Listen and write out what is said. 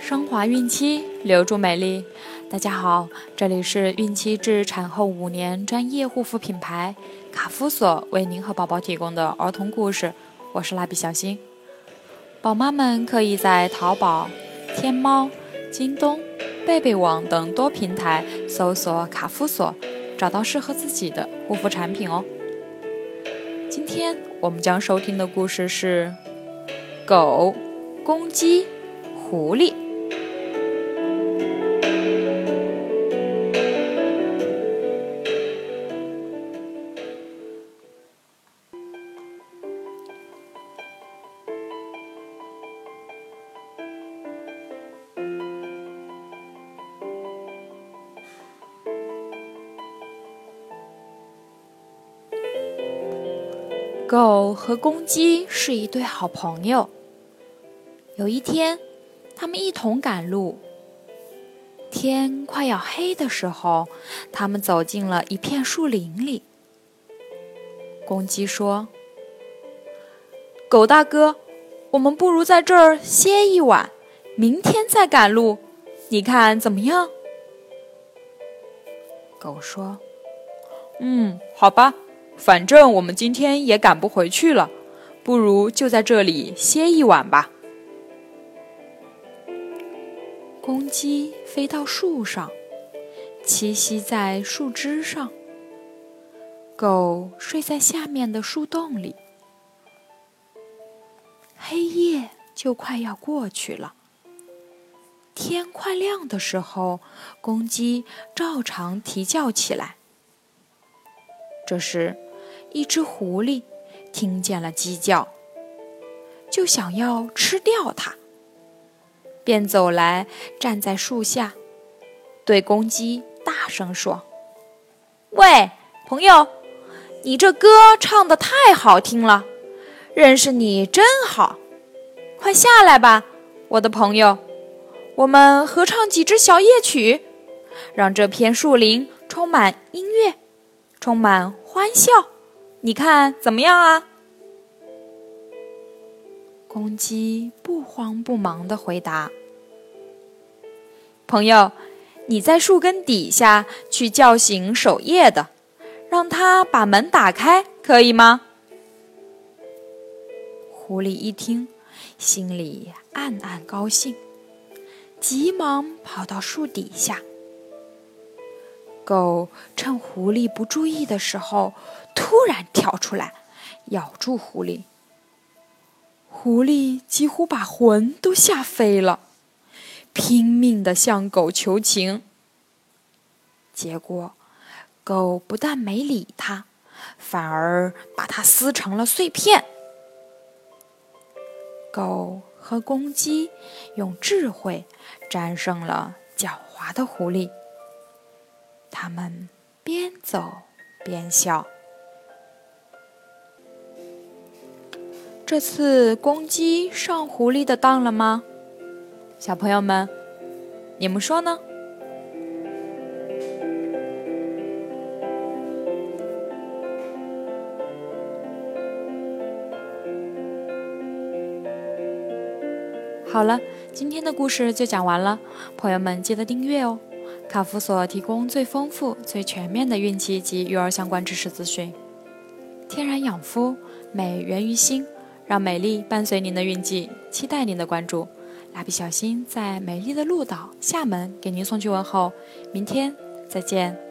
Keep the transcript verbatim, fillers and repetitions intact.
升华孕期，留住美丽。大家好，这里是孕期至产后五年专业护肤品牌卡夫索为您和宝宝提供的儿童故事，我是蜡笔小新。宝妈们可以在淘宝、天猫、京东、贝贝网等多平台搜索卡夫索，找到适合自己的护肤产品哦。今天我们将收听的故事是狗、公鸡、狐狸。狗和公鸡是一对好朋友。有一天，他们一同赶路。天快要黑的时候，他们走进了一片树林里。公鸡说：“狗大哥，我们不如在这儿歇一晚，明天再赶路，你看怎么样？”狗说：“嗯，好吧。反正我们今天也赶不回去了，不如就在这里歇一晚吧。”公鸡飞到树上，栖息在树枝上。狗睡在下面的树洞里。黑夜就快要过去了。天快亮的时候，公鸡照常啼叫起来。这时，一只狐狸听见了鸡叫，就想要吃掉它，便走来站在树下，对公鸡大声说：“喂，朋友，你这歌唱得太好听了，认识你真好，快下来吧，我的朋友，我们合唱几支小夜曲，让这片树林充满音乐，充满欢笑。你看怎么样啊？”公鸡不慌不忙地回答：“朋友，你在树根底下去叫醒守夜的，让他把门打开，可以吗？”狐狸一听，心里暗暗高兴，急忙跑到树底下。狗趁狐狸不注意的时候，突然跳出来，咬住狐狸。狐狸几乎把魂都吓飞了，拼命地向狗求情。结果，狗不但没理它，反而把它撕成了碎片。狗和公鸡用智慧战胜了狡猾的狐狸。他们边走边笑。这次公鸡上狐狸的当了吗？小朋友们，你们说呢？好了，今天的故事就讲完了，朋友们记得订阅哦。卡夫索提供最丰富、最全面的孕期及育儿相关知识资讯。天然养肤，美源于心，让美丽伴随您的孕期，期待您的关注。蜡笔小新在美丽的鹭岛厦门给您送去问候，明天再见。